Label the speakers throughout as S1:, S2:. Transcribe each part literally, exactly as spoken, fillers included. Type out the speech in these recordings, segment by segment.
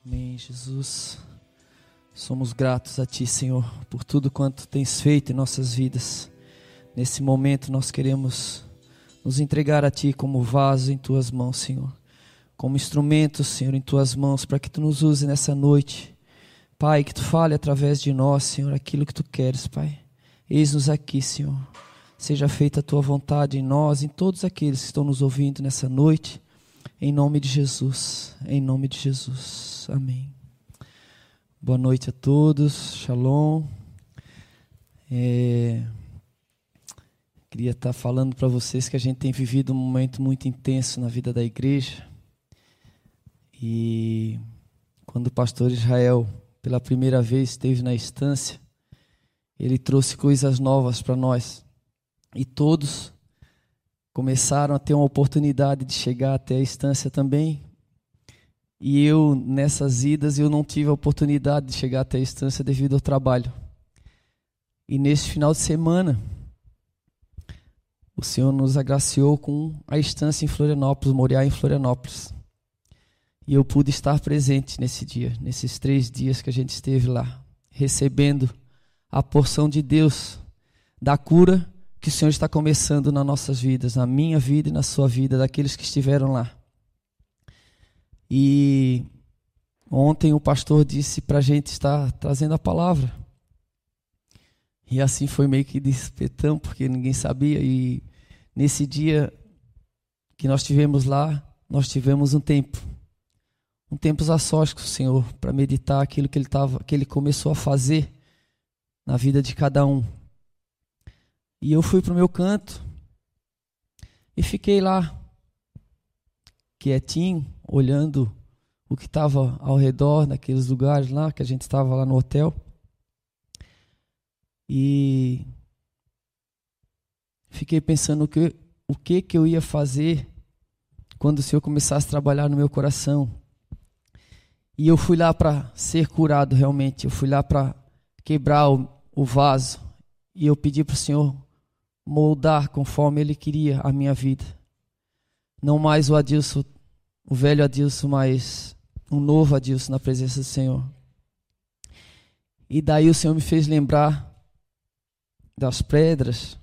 S1: Amém, Jesus. Somos gratos a Ti, Senhor, por tudo quanto Tens feito em nossas vidas. Nesse momento nós queremos nos entregar a Ti como vaso em Tuas mãos, Senhor. Como instrumento, Senhor, em Tuas mãos, para que Tu nos use nessa noite. Pai, que Tu fale através de nós, Senhor, aquilo que Tu queres, Pai. Eis-nos aqui, Senhor. Seja feita a Tua vontade em nós, em todos aqueles que estão nos ouvindo nessa noite. Em nome de Jesus, em nome de Jesus, amém. Boa noite a todos, shalom. É, queria estar falando para vocês que a gente tem vivido um momento muito intenso na vida da igreja. E quando o pastor Israel, pela primeira vez, esteve na estância, ele trouxe coisas novas para nós. E todos começaram a ter uma oportunidade de chegar até a estância também. E eu, nessas idas, eu não tive a oportunidade de chegar até a estância devido ao trabalho. E nesse final de semana, o Senhor nos agraciou com a estância em Florianópolis, Moriá em Florianópolis. E eu pude estar presente nesse dia, nesses três dias que a gente esteve lá, recebendo a porção de Deus, da cura que o Senhor está começando nas nossas vidas, na minha vida e na sua vida, daqueles que estiveram lá. E ontem o pastor disse para a gente estar trazendo a palavra. E assim foi meio que de espetão, porque ninguém sabia. E nesse dia que nós tivemos lá, nós tivemos um tempo. Um tempo a sós com o Senhor, para meditar aquilo que ele, tava, que ele começou a fazer na vida de cada um. E eu fui para o meu canto e fiquei lá, quietinho, olhando o que estava ao redor, naqueles lugares lá, que a gente estava lá no hotel. E fiquei pensando o que, o que, que eu ia fazer quando o Senhor começasse a trabalhar no meu coração. E eu fui lá para ser curado realmente, eu fui lá para quebrar o, o vaso. E eu pedi para o Senhor moldar conforme Ele queria a minha vida. Não mais o Adilson, o velho Adilson, mas um novo Adilson na presença do Senhor. E daí o Senhor me fez lembrar das pedras,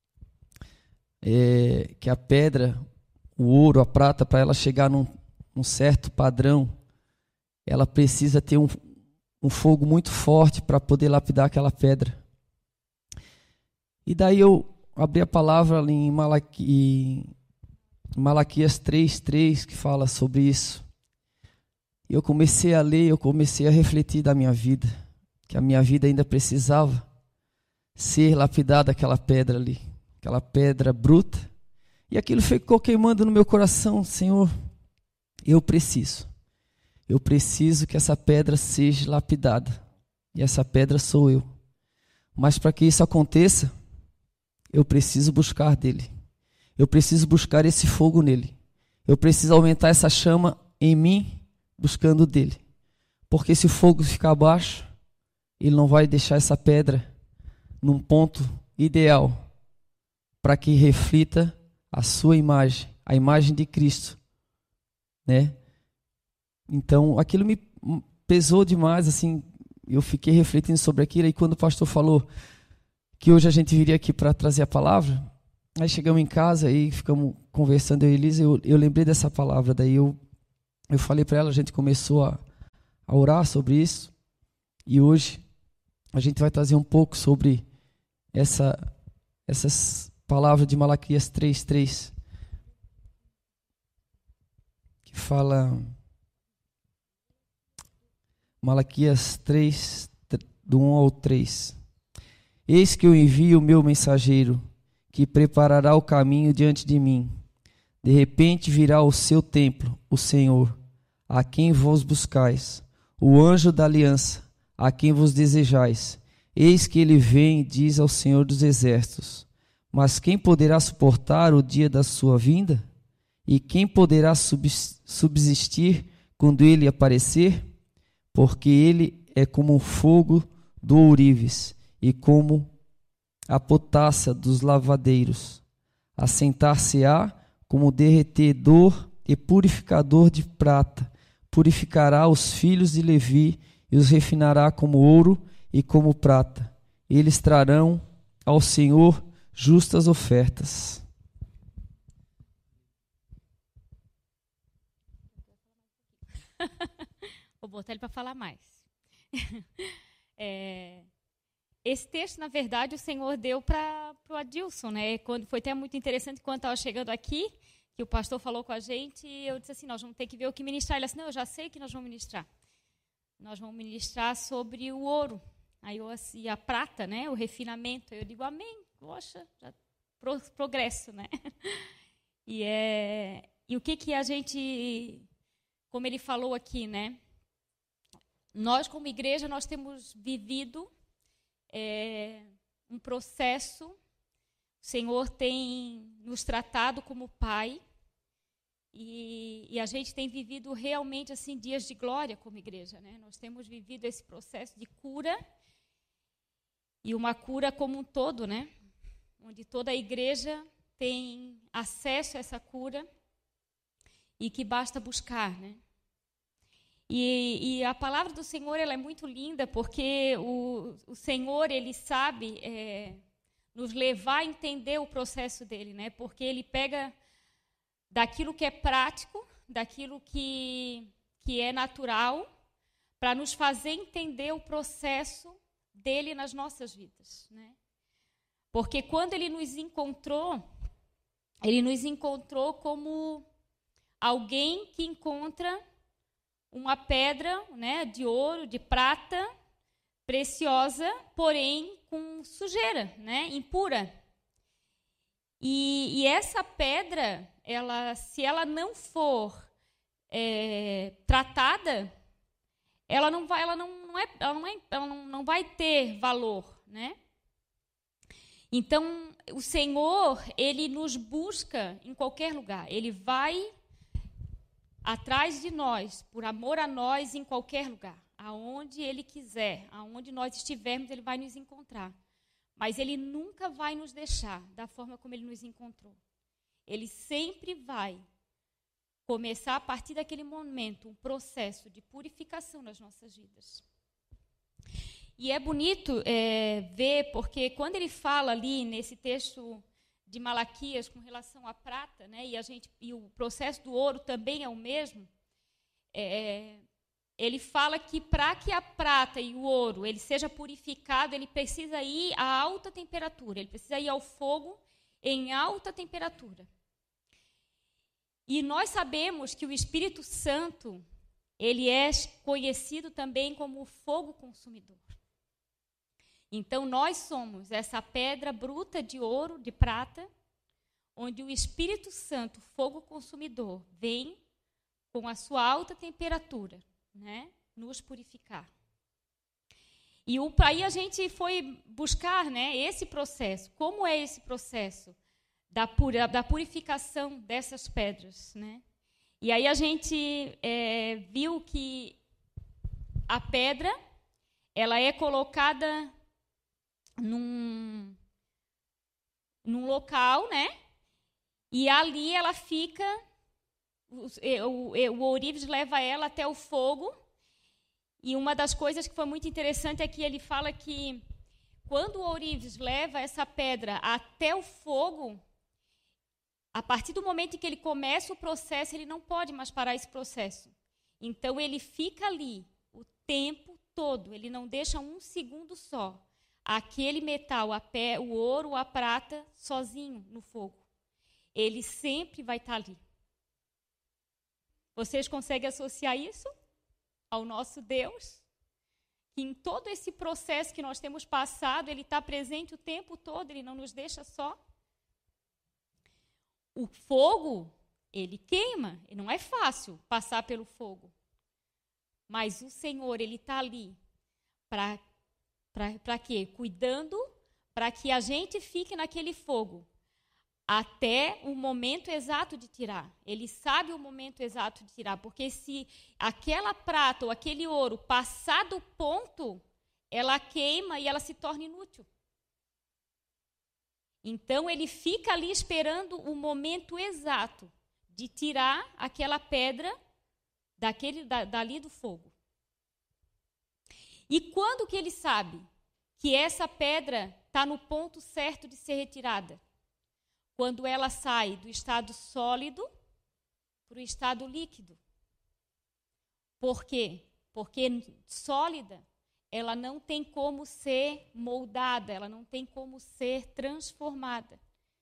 S1: é, que a pedra, o ouro, a prata, para ela chegar num, num certo padrão, ela precisa ter um, um fogo muito forte para poder lapidar aquela pedra. E daí eu abri a palavra ali em Malaqui, Malaquias três, três, que fala sobre isso. E eu comecei a ler, eu comecei a refletir da minha vida, que a minha vida ainda precisava ser lapidada aquela pedra ali, aquela pedra bruta. E aquilo ficou queimando no meu coração. Senhor, eu preciso, eu preciso que essa pedra seja lapidada. E essa pedra sou eu. Mas para que isso aconteça, eu preciso buscar dele. Eu preciso buscar esse fogo nele. Eu preciso aumentar essa chama em mim, buscando dele. Porque se o fogo ficar baixo, ele não vai deixar essa pedra num ponto ideal para que reflita a sua imagem, a imagem de Cristo, né? Então, aquilo me pesou demais, assim, eu fiquei refletindo sobre aquilo, e quando o pastor falou que hoje a gente viria aqui para trazer a palavra, aí chegamos em casa e ficamos conversando, eu e Elisa, eu, eu lembrei dessa palavra, daí eu, eu falei para ela, a gente começou a, a orar sobre isso, e hoje a gente vai trazer um pouco sobre essa, essas palavras de Malaquias três, três, que fala, Malaquias três, do um ao três. Eis que eu envio o meu mensageiro, que preparará o caminho diante de mim. De repente virá ao seu templo o Senhor, a quem vos buscais, o anjo da aliança, a quem vos desejais. Eis que ele vem, diz ao Senhor dos exércitos. Mas quem poderá suportar o dia da sua vinda? E quem poderá subsistir quando ele aparecer? Porque ele é como o fogo do ourives, e como a potássia dos lavadeiros. Assentar-se-á como derretedor e purificador de prata, purificará os filhos de Levi e os refinará como ouro e como prata. Eles trarão ao Senhor justas ofertas.
S2: Vou botar ele para falar mais. É, esse texto, na verdade, o Senhor deu para o Adilson, né? Quando, foi até muito interessante quando estava chegando aqui, que o pastor falou com a gente, e eu disse assim, nós vamos ter que ver o que ministrar. Ele disse, não, eu já sei que nós vamos ministrar. Nós vamos ministrar sobre o ouro, aí eu, assim, a prata, né? O refinamento. Eu digo, amém, poxa, já, pro, progresso, né? E, é, e o que, que a gente, como ele falou aqui, né? Nós, como igreja, nós temos vivido é, um processo. O Senhor tem nos tratado como Pai e, e a gente tem vivido realmente assim dias de glória como igreja, né? Nós temos vivido esse processo de cura e uma cura como um todo, né? Onde toda a igreja tem acesso a essa cura e que basta buscar, né? E, e a palavra do Senhor ela é muito linda porque o, o Senhor ele sabe é, nos levar a entender o processo dele, né? Porque ele pega daquilo que é prático, daquilo que, que é natural, para nos fazer entender o processo dele nas nossas vidas, né? Porque quando ele nos encontrou, ele nos encontrou como alguém que encontra uma pedra, né, de ouro, de prata, preciosa, porém com sujeira, né, impura. E, e essa pedra, ela, se ela não for é, tratada, ela não vai, ela não, não é, ela não, é, ela não, não vai ter valor, né? Então, o Senhor, ele nos busca em qualquer lugar. Ele vai atrás de nós, por amor a nós, em qualquer lugar. Aonde Ele quiser, aonde nós estivermos, Ele vai nos encontrar. Mas Ele nunca vai nos deixar da forma como Ele nos encontrou. Ele sempre vai começar, a partir daquele momento, um processo de purificação nas nossas vidas. E é bonito é, ver, porque quando ele fala ali nesse texto de Malaquias com relação à prata, né, e, a gente, e o processo do ouro também é o mesmo, é, ele fala que para que a prata e o ouro ele seja purificado, ele precisa ir a alta temperatura, ele precisa ir ao fogo em alta temperatura. E nós sabemos que o Espírito Santo, ele é conhecido também como o fogo consumidor. Então, nós somos essa pedra bruta de ouro, de prata, onde o Espírito Santo, fogo consumidor, vem com a sua alta temperatura, né, nos purificar. E o, aí a gente foi buscar, né, esse processo. Como é esse processo da, pura, da purificação dessas pedras, né? E aí a gente é, viu que a pedra ela é colocada Num, num local, né? E ali ela fica, o, o, o ourives leva ela até o fogo. E uma das coisas que foi muito interessante é que ele fala que quando o ourives leva essa pedra até o fogo, a partir do momento em que ele começa o processo, ele não pode mais parar esse processo. Então ele fica ali o tempo todo, ele não deixa um segundo só aquele metal, a pé, o ouro, a prata, sozinho no fogo. Ele sempre vai estar ali. Vocês conseguem associar isso ao nosso Deus? Que em todo esse processo que nós temos passado, Ele está presente o tempo todo, Ele não nos deixa só. O fogo, ele queima, e não é fácil passar pelo fogo. Mas o Senhor, Ele está ali para Para quê? Cuidando para que a gente fique naquele fogo até o momento exato de tirar. Ele sabe o momento exato de tirar, porque se aquela prata ou aquele ouro passar do ponto, ela queima e ela se torna inútil. Então, ele fica ali esperando o momento exato de tirar aquela pedra daquele, da, dali do fogo. E quando que ele sabe que essa pedra está no ponto certo de ser retirada? Quando ela sai do estado sólido para o estado líquido. Por quê? Porque sólida, ela não tem como ser moldada, ela não tem como ser transformada.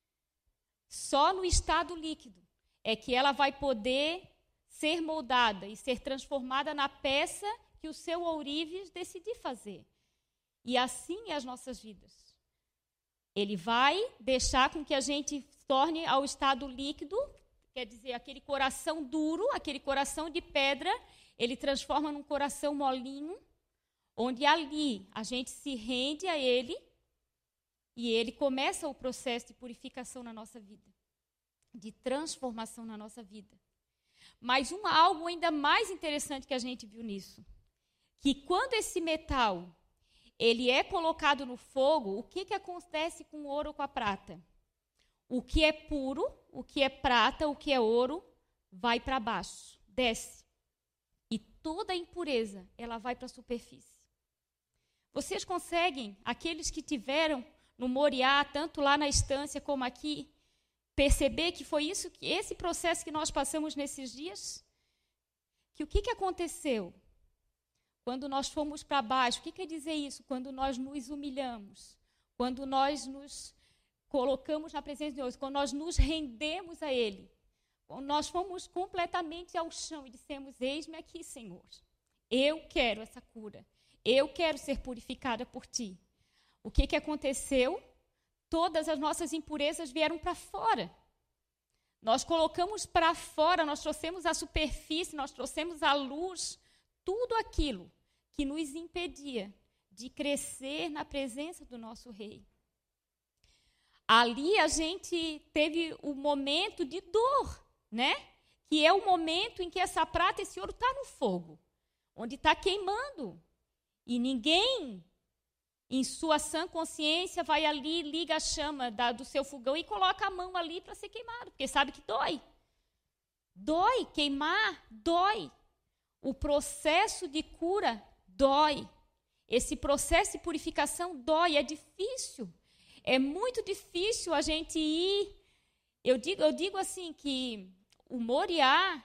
S2: Só no estado líquido é que ela vai poder ser moldada e ser transformada na peça que o seu ourives decidir fazer. E assim é as nossas vidas. Ele vai deixar com que a gente torne ao estado líquido, quer dizer, aquele coração duro, aquele coração de pedra, ele transforma num coração molinho, onde ali a gente se rende a ele e ele começa o processo de purificação na nossa vida, de transformação na nossa vida. Mas um, algo ainda mais interessante que a gente viu nisso, que quando esse metal ele é colocado no fogo, o que, que acontece com o ouro ou com a prata? O que é puro, o que é prata, o que é ouro, vai para baixo, desce. E toda a impureza, ela vai para a superfície. Vocês conseguem, aqueles que tiveram no Moriá, tanto lá na estância como aqui, perceber que foi isso, que esse processo que nós passamos nesses dias? Que o que, que aconteceu? Quando nós fomos para baixo, o que quer dizer isso? Quando nós nos humilhamos, quando nós nos colocamos na presença de Deus, quando nós nos rendemos a Ele, quando nós fomos completamente ao chão e dissemos, eis-me aqui, Senhor, eu quero essa cura, eu quero ser purificada por Ti. O que, que aconteceu? Todas as nossas impurezas vieram para fora. Nós colocamos para fora, nós trouxemos à superfície, nós trouxemos à luz tudo aquilo que nos impedia de crescer na presença do nosso Rei. Ali a gente teve o momento de dor, né? Que é o momento em que essa prata, esse ouro está no fogo, onde está queimando. E ninguém, em sua sã consciência, vai ali, liga a chama da, do seu fogão e coloca a mão ali para ser queimado, porque sabe que dói. Dói, queimar, dói. O processo de cura dói. Esse processo de purificação dói, é difícil. É muito difícil a gente ir. Eu digo, eu digo assim que o Moriá,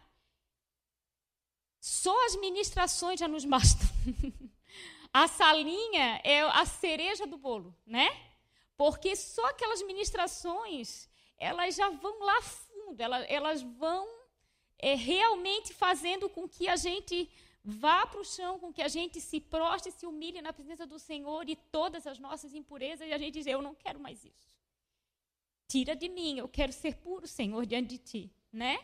S2: só as ministrações já nos bastam. A salinha é a cereja do bolo, né? Porque só aquelas ministrações, elas já vão lá fundo, elas, elas vão é, realmente fazendo com que a gente vá para o chão, com que a gente se prostre, se humilhe na presença do Senhor e todas as nossas impurezas, e a gente diz, eu não quero mais isso. Tira de mim, eu quero ser puro, Senhor, diante de Ti, né?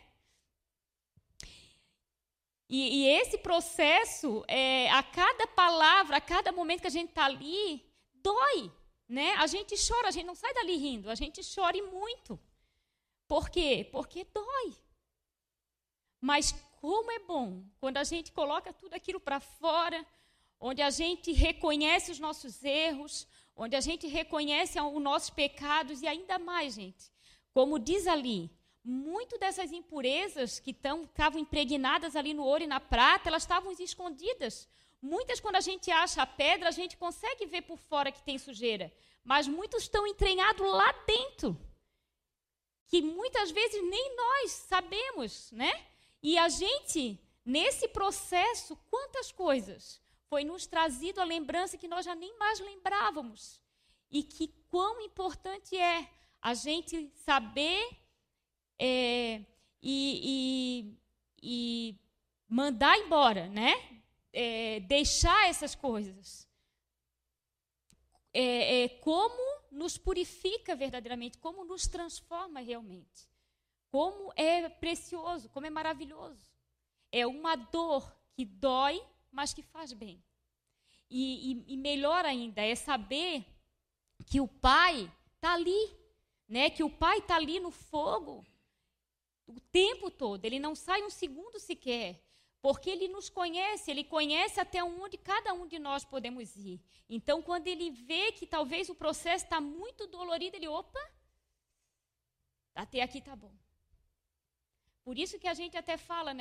S2: E, e esse processo, é, a cada palavra, a cada momento que a gente está ali, dói, né? A gente chora, a gente não sai dali rindo, a gente chora e muito. Por quê? Porque dói. Mas como é bom quando a gente coloca tudo aquilo para fora, onde a gente reconhece os nossos erros, onde a gente reconhece os nossos pecados e ainda mais, gente, como diz ali, muito dessas impurezas que estavam impregnadas ali no ouro e na prata, elas estavam escondidas. Muitas, quando a gente acha a pedra, a gente consegue ver por fora que tem sujeira, mas muitos estão entranhados lá dentro, que muitas vezes nem nós sabemos, né? E a gente, nesse processo, quantas coisas foi nos trazido a lembrança que nós já nem mais lembrávamos. E que quão importante é a gente saber é, e, e, e mandar embora, né? É, deixar essas coisas. É, é, como nos purifica verdadeiramente, como nos transforma realmente. Como é precioso, como é maravilhoso. É uma dor que dói, mas que faz bem. E, e, e melhor ainda, é saber que o Pai está ali, né? Que o Pai está ali no fogo o tempo todo. Ele não sai um segundo sequer, porque Ele nos conhece, Ele conhece até onde cada um de nós podemos ir. Então, quando Ele vê que talvez o processo está muito dolorido, Ele, opa, até aqui está bom. Por isso que a gente até fala, né?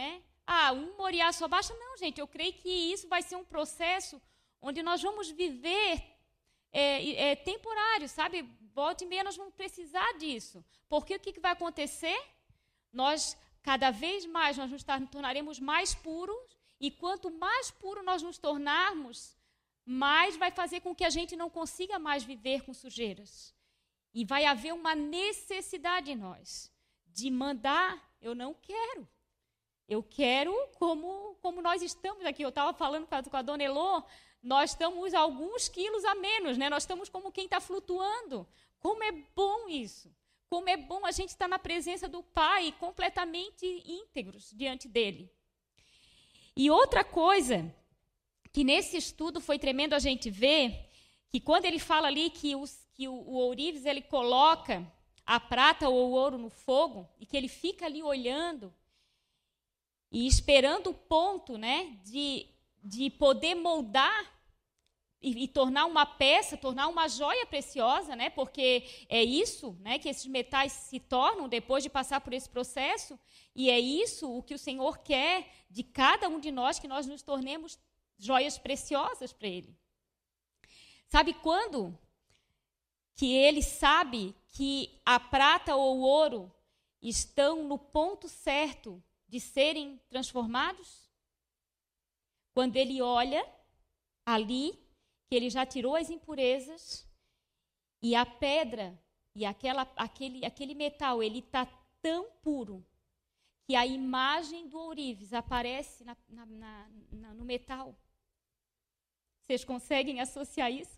S2: ah, um Moriá só basta. Não, gente, eu creio que isso vai ser um processo onde nós vamos viver é, é, temporário, sabe? Volta e meia nós vamos precisar disso. Porque o que, que vai acontecer? Nós, cada vez mais, nós nos tornaremos mais puros, e quanto mais puro nós nos tornarmos, mais vai fazer com que a gente não consiga mais viver com sujeiras. E vai haver uma necessidade em nós de mandar, eu não quero. Eu quero como, como nós estamos aqui. Eu estava falando com a dona Elô, nós estamos alguns quilos a menos, né? Nós estamos como quem está flutuando. Como é bom isso. Como é bom a gente estar na presença do Pai, completamente íntegros diante dele. E outra coisa que nesse estudo foi tremendo a gente ver, que quando ele fala ali que, os, que o, o ourives ele coloca a prata ou o ouro no fogo, e que ele fica ali olhando e esperando o ponto, né, de, de poder moldar e, e tornar uma peça, tornar uma joia preciosa, né, porque é isso, né, que esses metais se tornam depois de passar por esse processo, e é isso o que o Senhor quer de cada um de nós, que nós nos tornemos joias preciosas para Ele. Sabe quando que Ele sabe que a prata ou o ouro estão no ponto certo de serem transformados? Quando Ele olha ali, que Ele já tirou as impurezas, e a pedra e aquela, aquele, aquele metal, ele está tão puro, que a imagem do ourives aparece na, na, na, na, no metal. Vocês conseguem associar isso?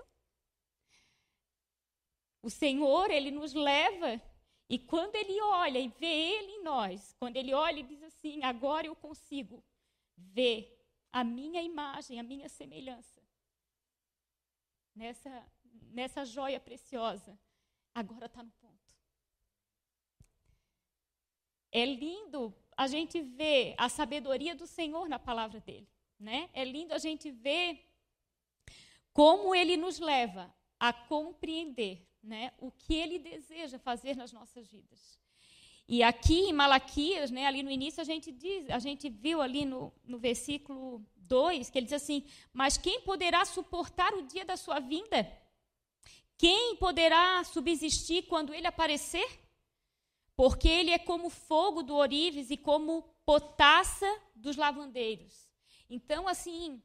S2: O Senhor, Ele nos leva, e quando Ele olha e vê Ele em nós, quando Ele olha e diz assim, agora eu consigo ver a minha imagem, a minha semelhança, nessa, nessa joia preciosa, agora está no ponto. É lindo a gente ver a sabedoria do Senhor na palavra dEle, né? É lindo a gente ver como Ele nos leva a compreender, né, o que Ele deseja fazer nas nossas vidas. E aqui em Malaquias, né, ali no início, a gente, diz, a gente viu ali no, no versículo dois, que ele diz assim, mas quem poderá suportar o dia da sua vinda? Quem poderá subsistir quando Ele aparecer? Porque Ele é como fogo do ourives e como potassa dos lavandeiros. Então, assim,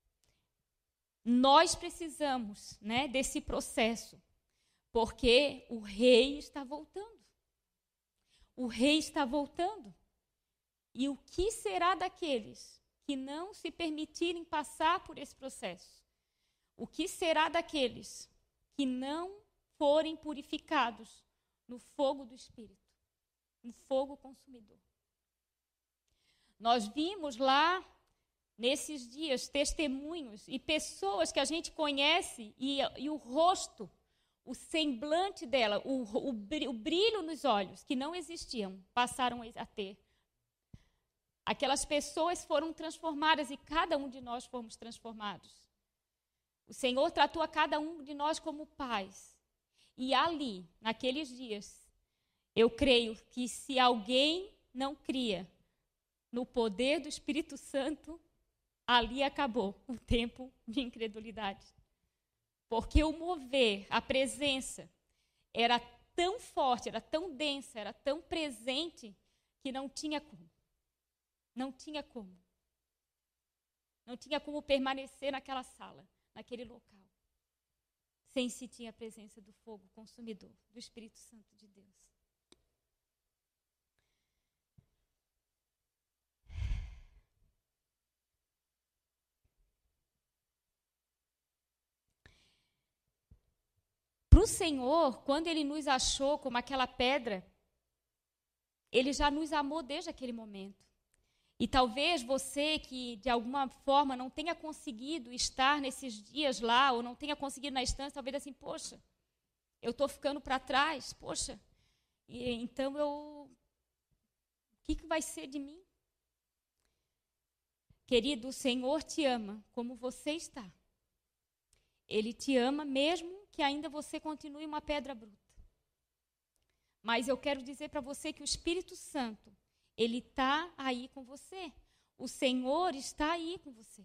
S2: nós precisamos, né, desse processo, porque o rei está voltando. O rei está voltando. E o que será daqueles que não se permitirem passar por esse processo? O que será daqueles que não forem purificados no fogo do Espírito, no fogo consumidor? Nós vimos lá, nesses dias, testemunhos e pessoas que a gente conhece e, e o rosto, o semblante dela, o, o, o brilho nos olhos, que não existiam, passaram a ter. Aquelas pessoas foram transformadas e cada um de nós fomos transformados. O Senhor tratou a cada um de nós como pais. E ali, naqueles dias, eu creio que se alguém não cria no poder do Espírito Santo, ali acabou o tempo de incredulidade. Porque o mover, a presença, era tão forte, era tão densa, era tão presente, que não tinha como. Não tinha como. Não tinha como permanecer naquela sala, naquele local, sem sentir a presença do fogo consumidor, do Espírito Santo de Deus. Para o Senhor, quando Ele nos achou como aquela pedra, Ele já nos amou desde aquele momento. E talvez você que, de alguma forma, não tenha conseguido estar nesses dias lá, ou não tenha conseguido na estância, talvez assim, poxa, eu estou ficando para trás, poxa, e, então eu... O que, que vai ser de mim? Querido, o Senhor te ama como você está. Ele te ama mesmo que ainda você continue uma pedra bruta. Mas eu quero dizer para você que o Espírito Santo, Ele está aí com você. o Senhor está aí com você.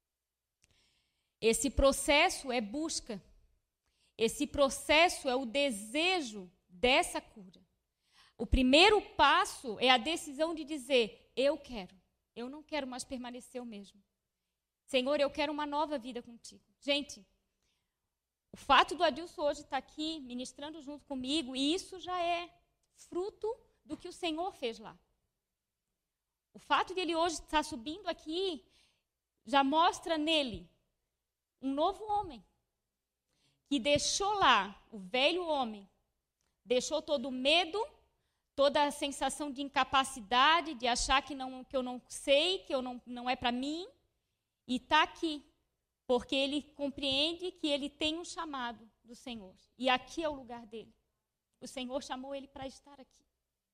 S2: Esse processo é busca. Esse processo é o desejo dessa cura. O primeiro passo é a decisão de dizer, eu quero. Eu não quero mais permanecer o mesmo. Senhor, eu quero uma nova vida contigo. Gente, o fato do Adilson hoje estar aqui ministrando junto comigo, isso já é fruto do que o Senhor fez lá. O fato dele hoje estar subindo aqui já mostra nele um novo homem que deixou lá o velho homem, deixou todo o medo, toda a sensação de incapacidade, de achar que, não, que eu não sei, que eu não, não é para mim, e está aqui, porque ele compreende que ele tem um chamado do Senhor. E aqui é o lugar dele. O Senhor chamou ele para estar aqui.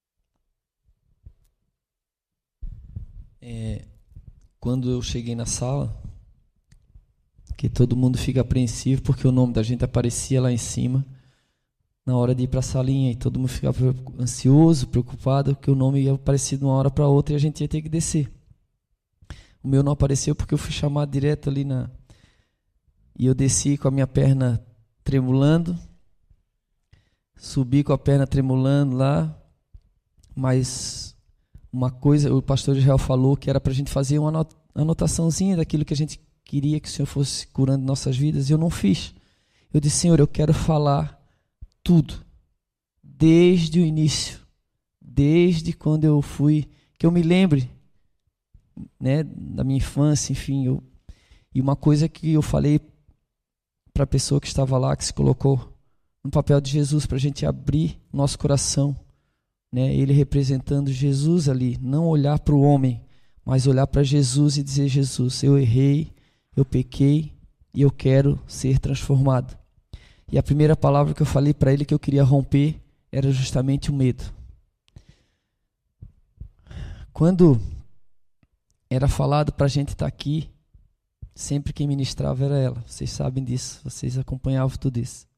S1: É, quando eu cheguei na sala, que todo mundo fica apreensivo porque o nome da gente aparecia lá em cima na hora de ir para a salinha, e todo mundo ficava ansioso, preocupado, porque o nome ia aparecer de uma hora para outra e a gente ia ter que descer. O meu não apareceu porque eu fui chamado direto ali na... E eu desci com a minha perna tremulando, subi com a perna tremulando lá, mas uma coisa, o pastor Israel falou que era para a gente fazer uma anotaçãozinha daquilo que a gente queria que o Senhor fosse curando nossas vidas, e eu não fiz. Eu disse, Senhor, eu quero falar tudo, desde o início, desde quando eu fui, que eu me lembre, né, da minha infância, enfim. Eu, e uma coisa que eu falei para a pessoa que estava lá, que se colocou no papel de Jesus, para a gente abrir nosso coração, né, ele representando Jesus ali, não olhar para o homem, mas olhar para Jesus e dizer, Jesus, eu errei, eu pequei e eu quero ser transformado. E a primeira palavra que eu falei para ele que eu queria romper era justamente o medo. Quando era falado para a gente estar aqui, sempre quem ministrava era ela. Vocês sabem disso, vocês acompanhavam tudo isso.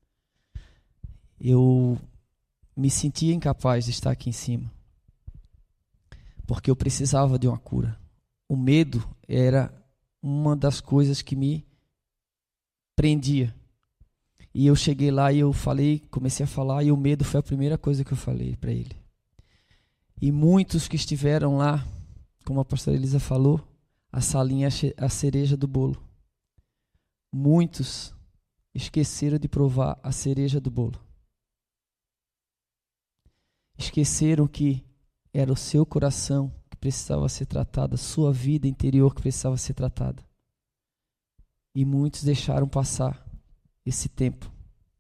S1: Eu me sentia incapaz de estar aqui em cima, porque eu precisava de uma cura. O medo era uma das coisas que me prendia. E eu cheguei lá e eu falei, comecei a falar, e o medo foi a primeira coisa que eu falei para ele. E muitos que estiveram lá, como a pastora Elisa falou, a salinha é a cereja do bolo. Muitos esqueceram de provar a cereja do bolo. Esqueceram que era o seu coração que precisava ser tratado, a sua vida interior que precisava ser tratada. E muitos deixaram passar esse tempo.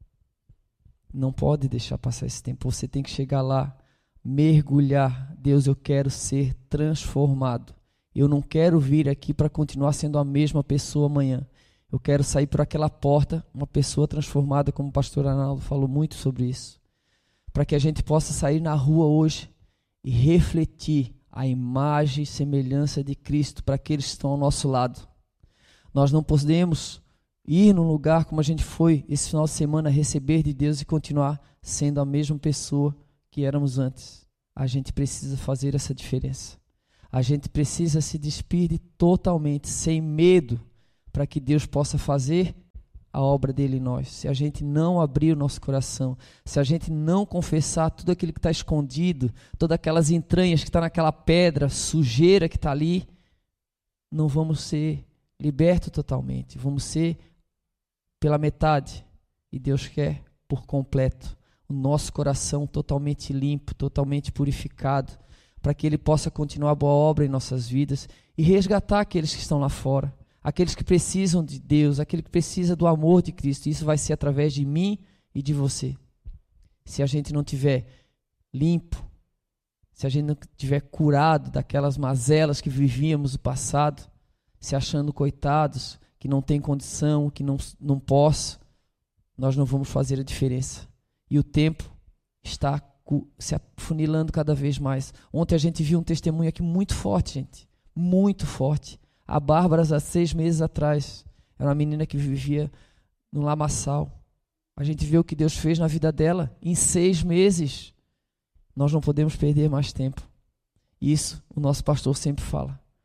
S1: Não pode deixar passar esse tempo. Você tem que chegar lá, mergulhar. Deus, eu quero ser transformado. Eu não quero vir aqui para continuar sendo a mesma pessoa amanhã. Eu quero sair por aquela porta, uma pessoa transformada, como o pastor Arnaldo falou muito sobre isso. Para que a gente possa sair na rua hoje e refletir a imagem e semelhança de Cristo para aqueles que estão ao nosso lado. Nós não podemos ir num lugar como a gente foi esse final de semana, receber de Deus e continuar sendo a mesma pessoa que éramos antes. A gente precisa fazer essa diferença. A gente precisa se despir de totalmente, sem medo, para que Deus possa fazer a obra dele em nós. Se a gente não abrir o nosso coração, se a gente não confessar tudo aquilo que está escondido, todas aquelas entranhas que estão naquela pedra, sujeira que está ali, não vamos ser libertos totalmente, vamos ser pela metade. E Deus quer por completo o nosso coração totalmente limpo, totalmente purificado, para que Ele possa continuar a boa obra em nossas vidas e resgatar aqueles que estão lá fora, aqueles que precisam de Deus, aquele que precisa do amor de Cristo. Isso vai ser através de mim e de você. Se a gente não tiver limpo, se a gente não tiver curado daquelas mazelas que vivíamos no passado, se achando coitados, que não tem condição, que não, não posso, nós não vamos fazer a diferença. E o tempo está se afunilando cada vez mais. Ontem a gente viu um testemunho aqui muito forte, gente, muito forte. A Bárbara, há seis meses atrás, era uma menina que vivia no lamaçal. A gente vê o que Deus fez na vida dela em seis meses. Nós não podemos perder mais tempo. Isso o nosso pastor sempre fala.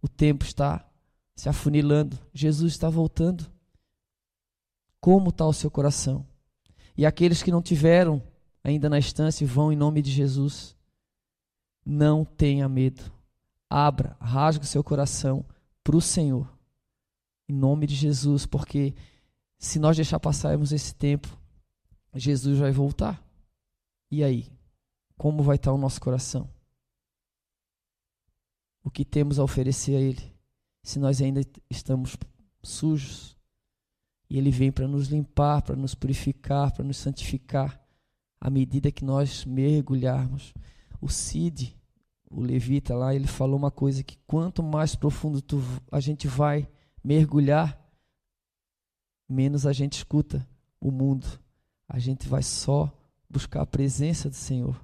S1: o tempo está se afunilando, Jesus está voltando. Como está o seu coração? E aqueles que não tiveram ainda na estância, vão em nome de Jesus. Não tenha medo. Abra, rasgue o seu coração para o Senhor. Em nome de Jesus, porque se nós deixar passarmos esse tempo, Jesus vai voltar. E aí? Como vai estar o nosso coração? O que temos a oferecer a Ele? Se nós ainda estamos sujos, e Ele vem para nos limpar, para nos purificar, para nos santificar, à medida que nós mergulharmos. O Cid, o levita lá, ele falou uma coisa, que quanto mais profundo tu, a gente vai mergulhar, menos a gente escuta o mundo. A gente vai só buscar a presença do Senhor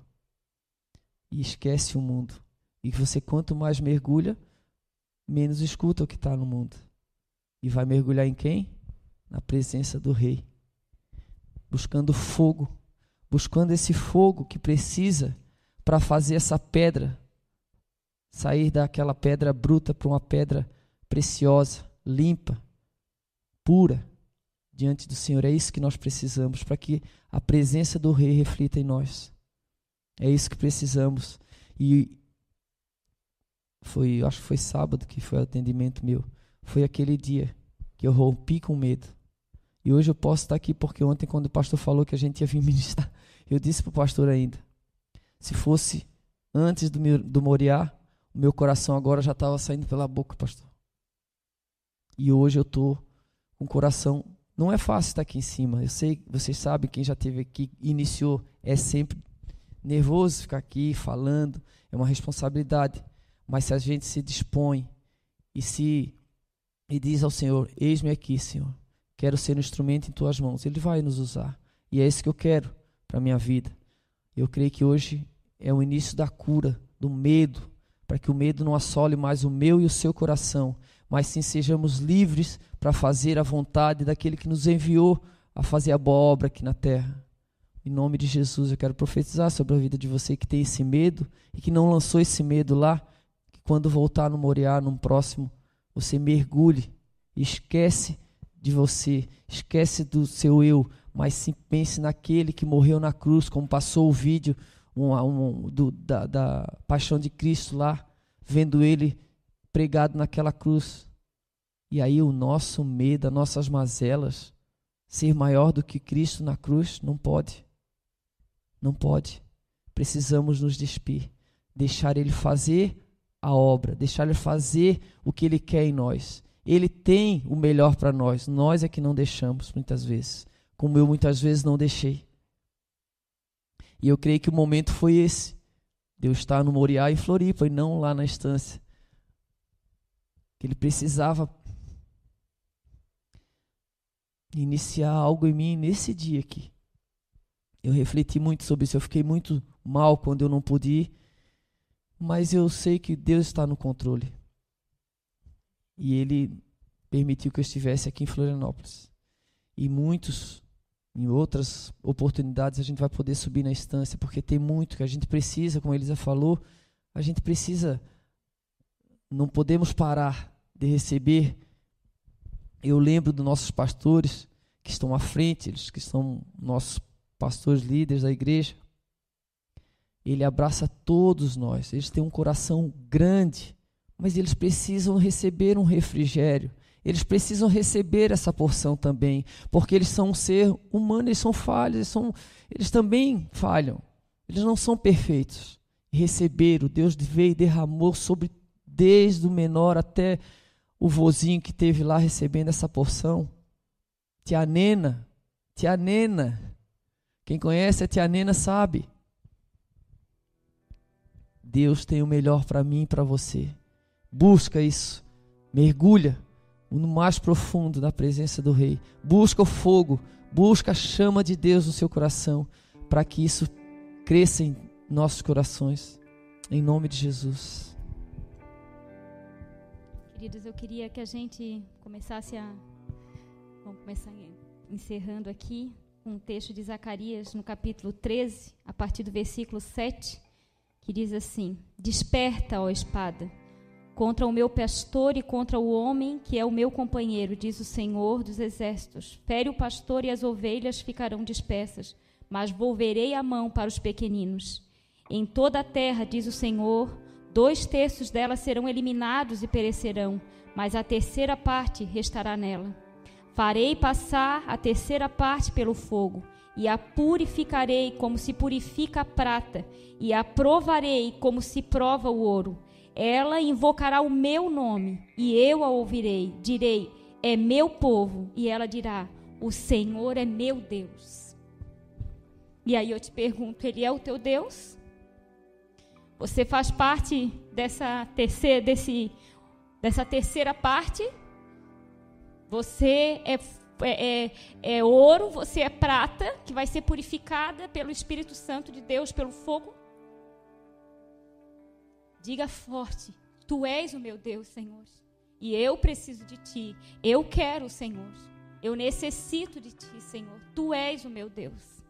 S1: e esquece o mundo. E você, quanto mais mergulha, menos escuta o que está no mundo. E vai mergulhar em quem? Na presença do Rei. Buscando fogo. Buscando esse fogo que precisa para fazer essa pedra sair daquela pedra bruta para uma pedra preciosa, limpa, pura, diante do Senhor. É isso que nós precisamos, para que a presença do Rei reflita em nós. É isso que precisamos. E foi, acho que foi sábado que foi o atendimento meu. Foi aquele dia que eu rompi com medo. E hoje eu posso estar aqui porque ontem, quando o pastor falou que a gente ia vir ministrar, eu disse para o pastor ainda, se fosse antes do, meu, do Moriá, o meu coração agora já estava saindo pela boca, pastor. E hoje eu estou com o coração... Não é fácil estar aqui em cima. Eu sei, vocês sabem, quem já esteve aqui, iniciou, é sempre nervoso ficar aqui falando, é uma responsabilidade. Mas se a gente se dispõe e se e diz ao Senhor, eis-me aqui, Senhor, quero ser um instrumento em tuas mãos, Ele vai nos usar. E é isso que eu quero para a minha vida. Eu creio que hoje é o início da cura, do medo, para que o medo não assole mais o meu e o seu coração, mas sim sejamos livres para fazer a vontade daquele que nos enviou a fazer a boa obra aqui na terra. Em nome de Jesus, eu quero profetizar sobre a vida de você que tem esse medo e que não lançou esse medo lá, que quando voltar no Moriá, num próximo, você mergulhe, esquece de você, esquece do seu eu, mas sim pense naquele que morreu na cruz, como passou o vídeo um, um, do, da, da paixão de Cristo lá, vendo ele pregado naquela cruz. E aí o nosso medo, as nossas mazelas, ser maior do que Cristo na cruz, não pode. Não pode. Precisamos nos despir, deixar Ele fazer a obra, deixar Ele fazer o que Ele quer em nós. Ele tem o melhor para nós, nós é que não deixamos muitas vezes, como eu muitas vezes não deixei. E eu creio que o momento foi esse, de eu estar no Moriá em Floripa e não lá na estância. Que Ele precisava iniciar algo em mim nesse dia aqui. Eu refleti muito sobre isso, eu fiquei muito mal quando eu não pude ir, mas eu sei que Deus está no controle. E Ele permitiu que eu estivesse aqui em Florianópolis. E muitos, em outras oportunidades, a gente vai poder subir na estância, porque tem muito que a gente precisa, como a Elisa falou, a gente precisa, não podemos parar de receber. Eu lembro dos nossos pastores que estão à frente, eles que são nossos pastores líderes da igreja. Ele abraça todos nós, eles têm um coração grande, mas eles precisam receber um refrigério, eles precisam receber essa porção também, porque eles são um ser humano, eles são falhos, eles, são, eles também falham, eles não são perfeitos. E receberam, Deus veio e derramou sobre, desde o menor até o vozinho que teve lá recebendo essa porção. Tia Nena, tia Nena, quem conhece a tia Nena sabe. Deus tem o melhor para mim e para você. Busca isso, mergulha no mais profundo da presença do Rei. Busca o fogo, busca a chama de Deus no seu coração, para que isso cresça em nossos corações, em nome de Jesus.
S2: Queridos, eu queria que a gente começasse a... Vamos começar encerrando aqui com um texto de Zacarias, no capítulo treze, a partir do versículo sete, que diz assim: Desperta, ó espada, contra o meu pastor e contra o homem que é o meu companheiro, diz o Senhor dos Exércitos. Fere o pastor e as ovelhas ficarão dispersas, mas volverei a mão para os pequeninos. Em toda a terra, diz o Senhor, dois terços dela serão eliminados e perecerão, mas a terceira parte restará nela. Farei passar a terceira parte pelo fogo, e a purificarei como se purifica a prata, e a provarei como se prova o ouro. Ela invocará o meu nome, e eu a ouvirei. Direi, é meu povo, e ela dirá, o Senhor é meu Deus. E aí eu te pergunto, Ele é o teu Deus? Você faz parte dessa terceira, desse, dessa terceira parte? Você é, é, é, é ouro, você é prata, que vai ser purificada pelo Espírito Santo de Deus, pelo fogo? Diga forte, tu és o meu Deus, Senhor, e eu preciso de ti, eu quero o Senhor, eu necessito de ti, Senhor, tu és o meu Deus.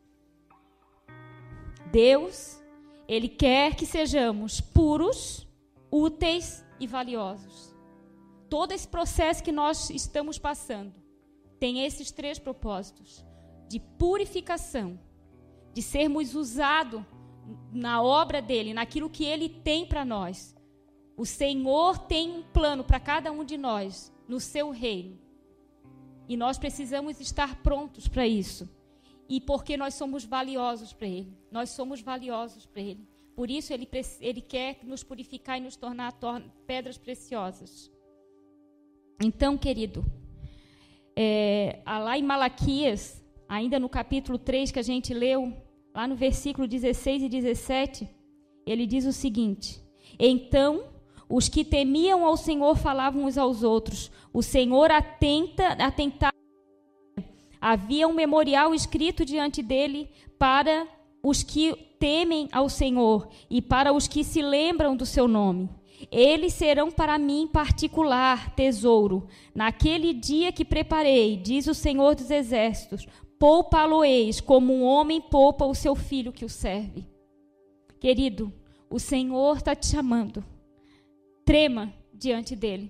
S2: Deus, Ele quer que sejamos puros, úteis e valiosos. Todo esse processo que nós estamos passando tem esses três propósitos: de purificação, de sermos usados na obra dEle, naquilo que Ele tem para nós. O Senhor tem um plano para cada um de nós, no seu reino. E nós precisamos estar prontos para isso. E porque nós somos valiosos para Ele. Nós somos valiosos para Ele. Por isso Ele, ele quer nos purificar e nos tornar tor- pedras preciosas. Então, querido, é, lá em Malaquias, ainda no capítulo três que a gente leu, lá no versículo dezesseis e dezessete, ele diz o seguinte: então os que temiam ao Senhor falavam uns aos outros, o Senhor atenta, atentava. Havia um memorial escrito diante dele para os que temem ao Senhor e para os que se lembram do seu nome. Eles serão para mim particular tesouro. Naquele dia que preparei, diz o Senhor dos Exércitos, poupa-lo-eis como um homem poupa o seu filho que o serve. Querido, o Senhor está te chamando. Trema diante dele.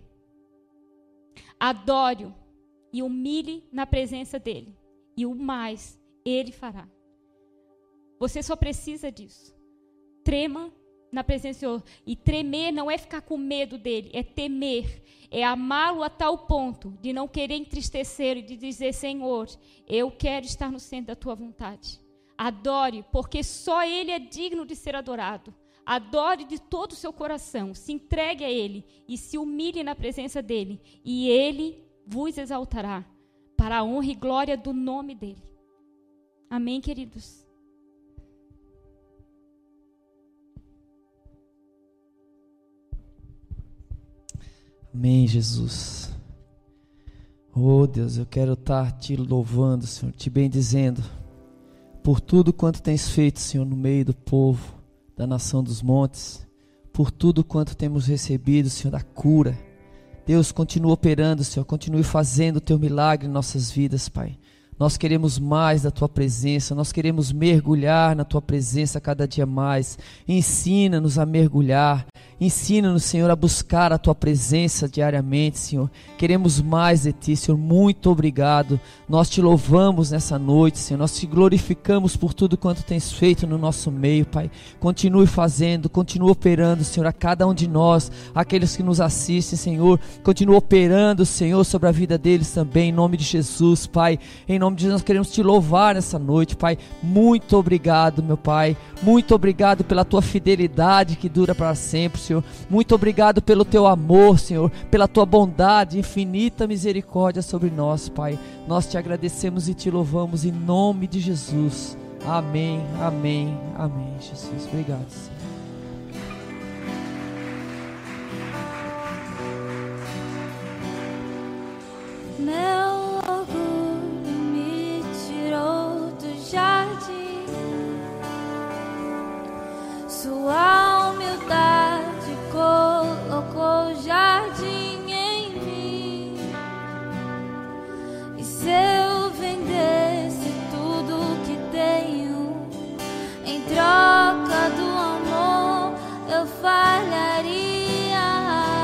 S2: Adore-o e humilhe na presença dele. E o mais ele fará. Você só precisa disso. Trema na presença do Senhor. E tremer não é ficar com medo dele, é temer, é amá-lo a tal ponto de não querer entristecer e de dizer: Senhor, eu quero estar no centro da tua vontade. Adore, porque só ele é digno de ser adorado. Adore de todo o seu coração, se entregue a ele e se humilhe na presença dele, e ele vos exaltará para a honra e glória do nome dele. Amém, queridos?
S1: Amém, Jesus. Oh, Deus, eu quero estar te louvando, Senhor, te bendizendo por tudo quanto tens feito, Senhor, no meio do povo, da nação dos montes, por tudo quanto temos recebido, Senhor, da cura. Deus, continua operando, Senhor, continue fazendo o teu milagre em nossas vidas, Pai. Nós queremos mais da tua presença, nós queremos mergulhar na tua presença cada dia mais. Ensina-nos a mergulhar, ensina-nos, Senhor, a buscar a tua presença diariamente, Senhor. Queremos mais de ti, Senhor, muito obrigado. Nós te louvamos nessa noite, Senhor, nós te glorificamos por tudo quanto tens feito no nosso meio, Pai. Continue fazendo, continue operando, Senhor, a cada um de nós, aqueles que nos assistem, Senhor. Continue operando, Senhor, sobre a vida deles também, em nome de Jesus, Pai. Em nome de Jesus, nós queremos te louvar nessa noite, Pai. Muito obrigado, meu Pai. Muito obrigado pela tua fidelidade que dura para sempre, Senhor. Muito obrigado pelo teu amor, Senhor, pela tua bondade, infinita misericórdia sobre nós, Pai. Nós te agradecemos e te louvamos em nome de Jesus. Amém, amém, amém, Jesus. Obrigado, Senhor.
S3: Meu orgulho me tirou do jardim, sua humildade colocou jardim em mim. E se eu vendesse tudo que tenho em troca do amor, eu falharia.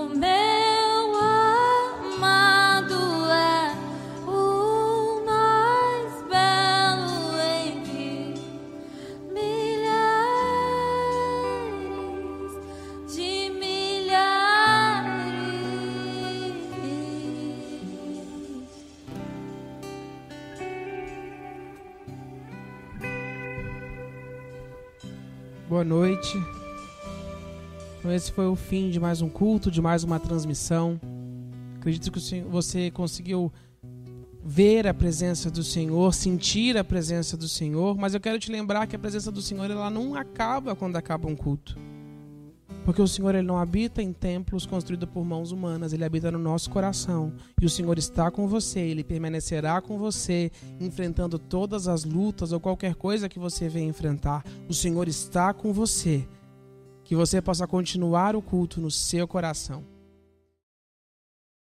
S3: meu amado é o mais belo entre milhares de milhares.
S4: Boa noite. Então esse foi o fim de mais um culto, de mais uma transmissão. Acredito que você conseguiu ver a presença do Senhor, sentir a presença do Senhor, mas eu quero te lembrar que a presença do Senhor ela não acaba quando acaba um culto. Porque o Senhor ele não habita em templos construídos por mãos humanas, Ele habita no nosso coração. E o Senhor está com você, Ele permanecerá com você, enfrentando todas as lutas ou qualquer coisa que você venha enfrentar. O Senhor está com você. Que você possa continuar o culto no seu coração.